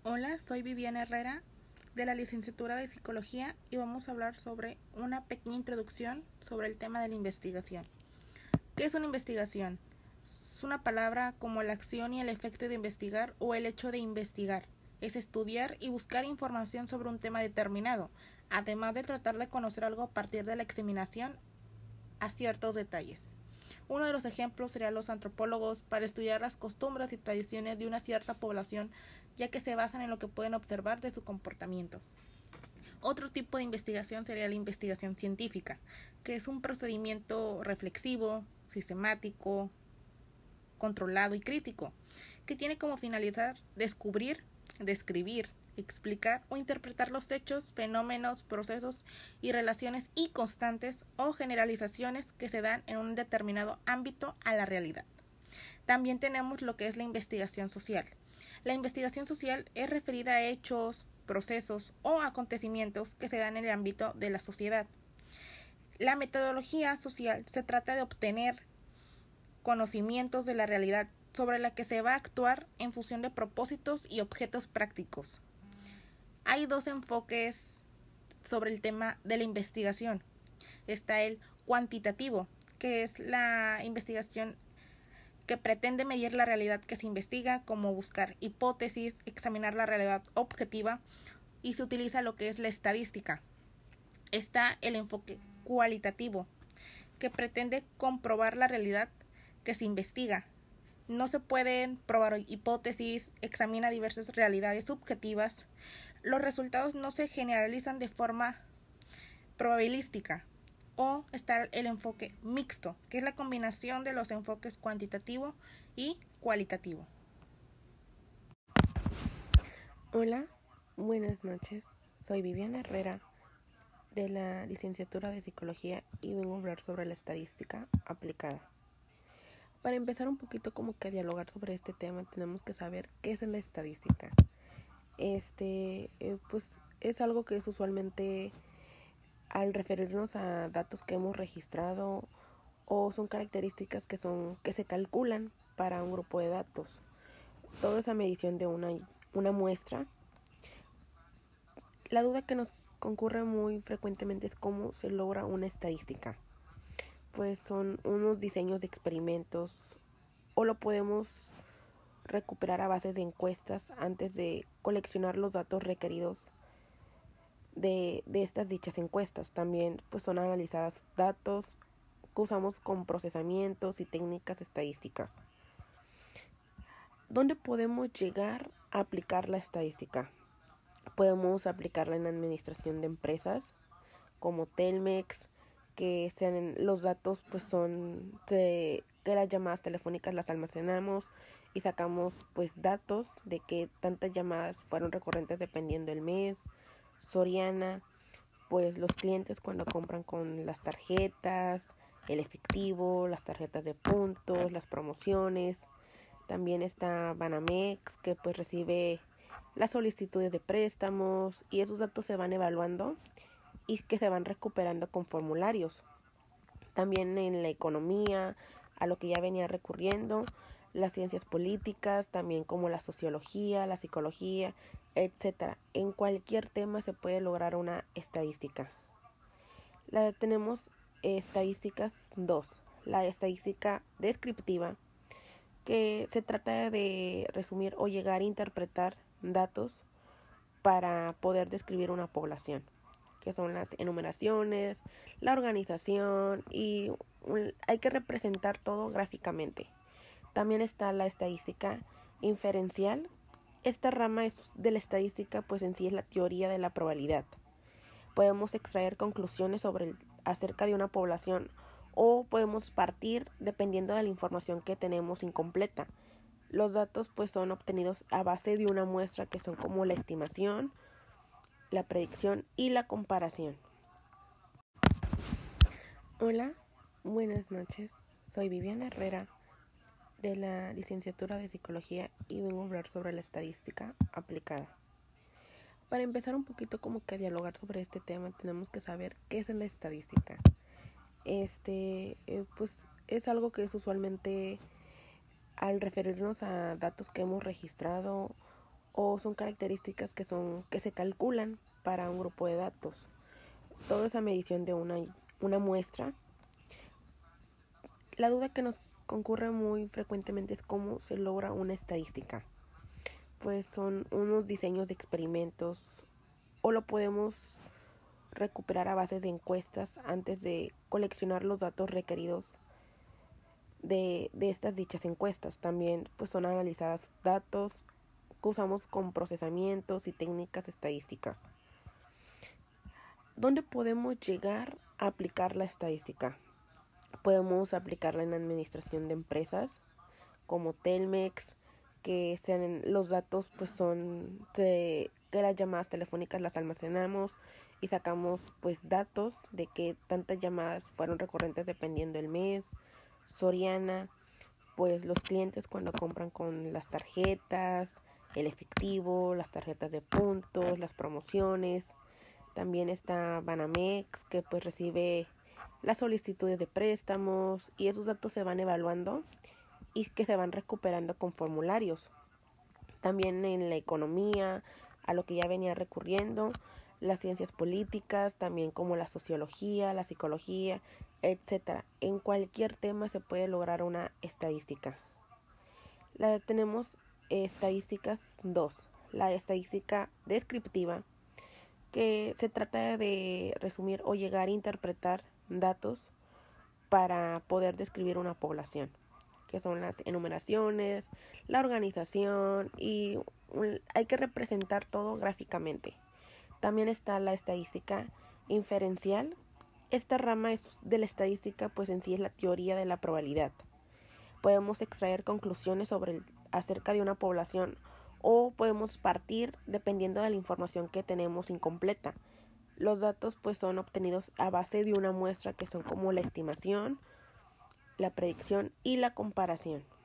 Hola, soy Viviana Herrera de la licenciatura de Psicología y vamos a hablar sobre una pequeña introducción sobre el tema de la investigación. ¿Qué es una investigación? Es una palabra como la acción y el efecto de investigar o el hecho de investigar. Es estudiar y buscar información sobre un tema determinado, además de tratar de conocer algo a partir de la examinación a ciertos detalles. Uno de los ejemplos serían los antropólogos para estudiar las costumbres y tradiciones de una cierta población, ya que se basan en lo que pueden observar de su comportamiento. Otro tipo de investigación sería la investigación científica, que es un procedimiento reflexivo, sistemático, controlado y crítico, que tiene como finalidad descubrir, describir, explicar o interpretar los hechos, fenómenos, procesos y relaciones y constantes o generalizaciones que se dan en un determinado ámbito a la realidad. También tenemos lo que es la investigación social. La investigación social es referida a hechos, procesos o acontecimientos que se dan en el ámbito de la sociedad. La metodología social se trata de obtener conocimientos de la realidad sobre la que se va a actuar en función de propósitos y objetos prácticos. Hay dos enfoques sobre el tema de la investigación. Está el cuantitativo, que es la investigación que pretende medir la realidad que se investiga, como buscar hipótesis, examinar la realidad objetiva, y se utiliza lo que es la estadística. Está el enfoque cualitativo, que pretende comprobar la realidad que se investiga. No se pueden probar hipótesis, examina diversas realidades subjetivas. Los resultados no se generalizan de forma probabilística. O está el enfoque mixto, que es la combinación de los enfoques cuantitativo y cualitativo. Hola, buenas noches. Soy Viviana Herrera de la licenciatura de Psicología y vengo a hablar sobre la estadística aplicada. Para empezar un poquito como que a dialogar sobre este tema tenemos que saber qué es la estadística. Pues es algo que es usualmente al referirnos a datos que hemos registrado o son características que se calculan para un grupo de datos. Toda esa medición de una muestra. La duda que nos concurre muy frecuentemente es cómo se logra una estadística. Pues son unos diseños de experimentos o lo podemos recuperar a base de encuestas antes de coleccionar los datos requeridos de estas dichas encuestas. También pues son analizados datos que usamos con procesamientos y técnicas estadísticas. ¿Dónde podemos llegar a aplicar la estadística? Podemos aplicarla en la administración de empresas como Telmex, que sean los datos pues que las llamadas telefónicas las almacenamos y sacamos pues datos de que tantas llamadas fueron recurrentes dependiendo del mes. Soriana, pues los clientes cuando compran con las tarjetas, el efectivo, las tarjetas de puntos, las promociones. También está Banamex, que pues recibe las solicitudes de préstamos y esos datos se van evaluando y que se van recuperando con formularios. También en la economía, a lo que ya venía recurriendo, las ciencias políticas, también como la sociología, la psicología, etcétera. En cualquier tema se puede lograr una estadística. Tenemos estadísticas 2. La estadística descriptiva, que se trata de resumir o llegar a interpretar datos para poder describir una población, que son las enumeraciones, la organización y hay que representar todo gráficamente. También está la estadística inferencial. Esta rama de la estadística pues en sí es la teoría de la probabilidad. Podemos extraer conclusiones acerca de una población o podemos partir dependiendo de la información que tenemos incompleta. Los datos pues son obtenidos a base de una muestra que son como la estimación, la predicción y la comparación. Hola, buenas noches. Soy Viviana Herrera de la licenciatura de Psicología y vengo a hablar sobre la estadística aplicada. Para empezar un poquito como que a dialogar sobre este tema tenemos que saber qué es la estadística. Pues es algo que es usualmente al referirnos a datos que hemos registrado o son características que se calculan para un grupo de datos. Toda esa medición de una muestra. La duda que nos concurre muy frecuentemente es cómo se logra una estadística. Pues son unos diseños de experimentos o lo podemos recuperar a base de encuestas antes de coleccionar los datos requeridos de estas dichas encuestas. También pues son analizados datos que usamos con procesamientos y técnicas estadísticas. ¿Dónde podemos llegar a aplicar la estadística? Podemos aplicarla en administración de empresas como Telmex, que los datos pues que las llamadas telefónicas las almacenamos y sacamos pues datos de que tantas llamadas fueron recurrentes dependiendo del mes. Soriana, pues los clientes cuando compran con las tarjetas, el efectivo, las tarjetas de puntos, las promociones. También está Banamex, que pues recibe las solicitudes de préstamos y esos datos se van evaluando y que se van recuperando con formularios. También en la economía, a lo que ya venía recurriendo, las ciencias políticas, también como la sociología, la psicología, etcétera. En cualquier tema se puede lograr una estadística. Tenemos estadísticas 2. La estadística descriptiva, que se trata de resumir o llegar a interpretar datos para poder describir una población, que son las enumeraciones, la organización y hay que representar todo gráficamente. También está la estadística inferencial. Esta rama de la estadística pues en sí es la teoría de la probabilidad. Podemos extraer conclusiones acerca de una población o podemos partir dependiendo de la información que tenemos incompleta. Los datos pues son obtenidos a base de una muestra que son como la estimación, la predicción y la comparación.